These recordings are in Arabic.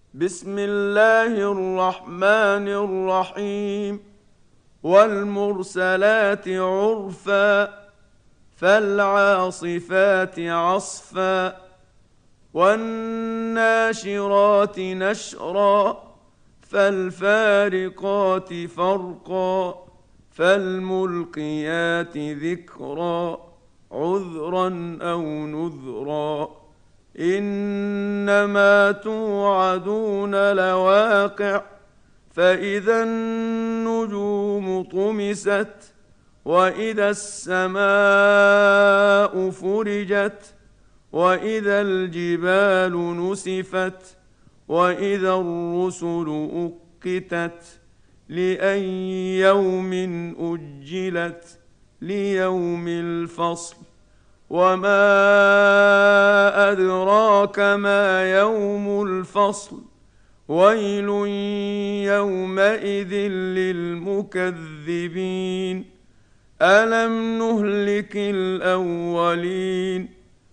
بسم الله الرحمن الرحيم. والمرسلات عرفا فالعاصفات عصفا والناشرات نشرا فالفارقات فرقا فالملقيات ذكرا عذرا أو نذرا إنما توعدون لواقع فإذا النجوم طمست وإذا السماء فرجت وإذا الجبال نسفت وإذا الرسل أقتت لأي يوم أجلت ليوم الفصل وما أدراك ما يوم الفصل ويل يومئذ للمكذبين ألم نهلك الأولين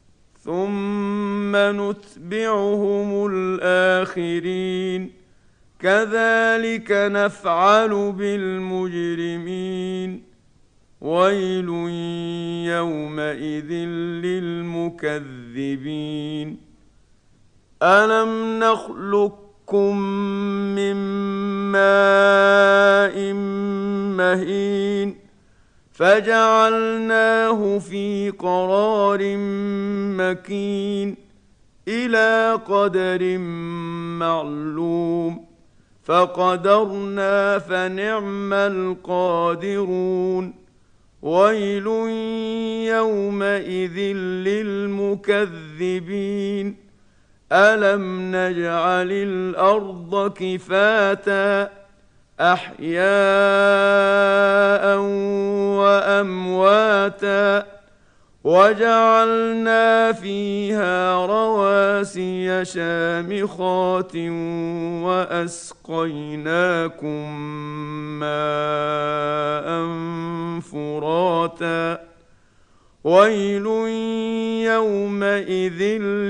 ثم نتبعهم الآخرين كذلك نفعل بالمجرمين ويل يومئذ للمكذبين ألم نخلقكم من ماء مهين فجعلناه في قرار مكين إلى قدر معلوم فقدرنا فنعم القادرون ويل يومئذ للمكذبين ألم نجعل الأرض كفاتا أحياء وأمواتا وجعلنا فيها رواسي شامخات وأسقيناكم ماء فراتا ويل يومئذ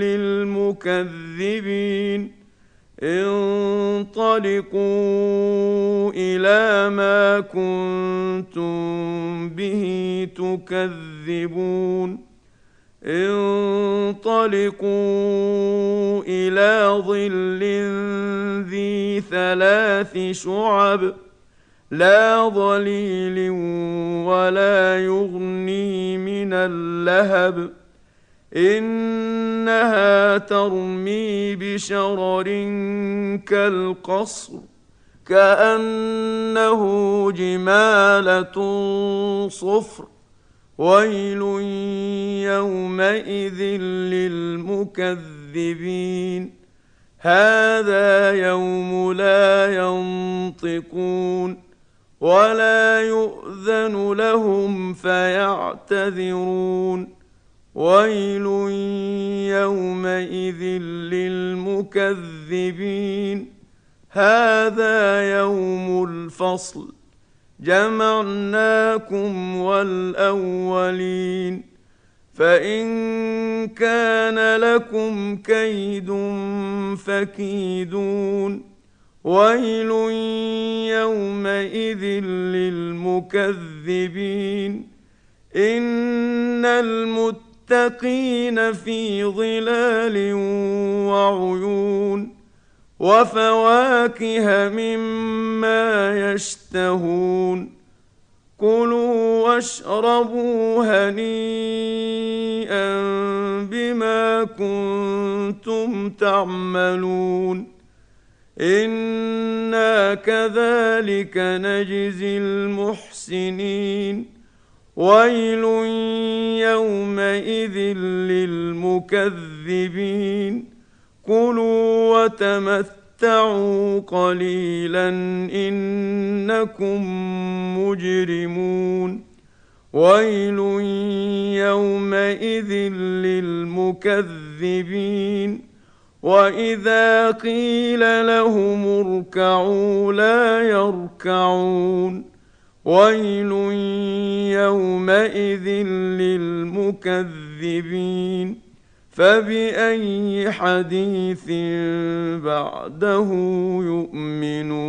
للمكذبين انطلقوا إلى ما كنتم به تكذبون انطلقوا إلى ظل ذي 3 شعب لا ظليل ولا يغني من اللهب إنها ترمي بشرر كالقصر كأنه جمالة صفر ويل يومئذ للمكذبين هذا يوم لا ينطقون ولا يؤذن لهم فيعتذرون ويل يومئذ للمكذبين هذا يوم الفصل جمعناكم والأولين فإن كان لكم كيد فكيدون ويل يومئذ للمكذبين إن المتقين في ظلال وعيون وفواكه مما يشتهون كلوا واشربوا هنيئا بما كنتم تعملون إنا كذلك نجزي المحسنين ويل يومئذ للمكذبين كلوا وتمتعوا قليلا إنكم مجرمون ويل يومئذ للمكذبين وإذا قيل لهم اركعوا لا يركعون ويل يومئذ للمكذبين فبأي حديث بعده يؤمنون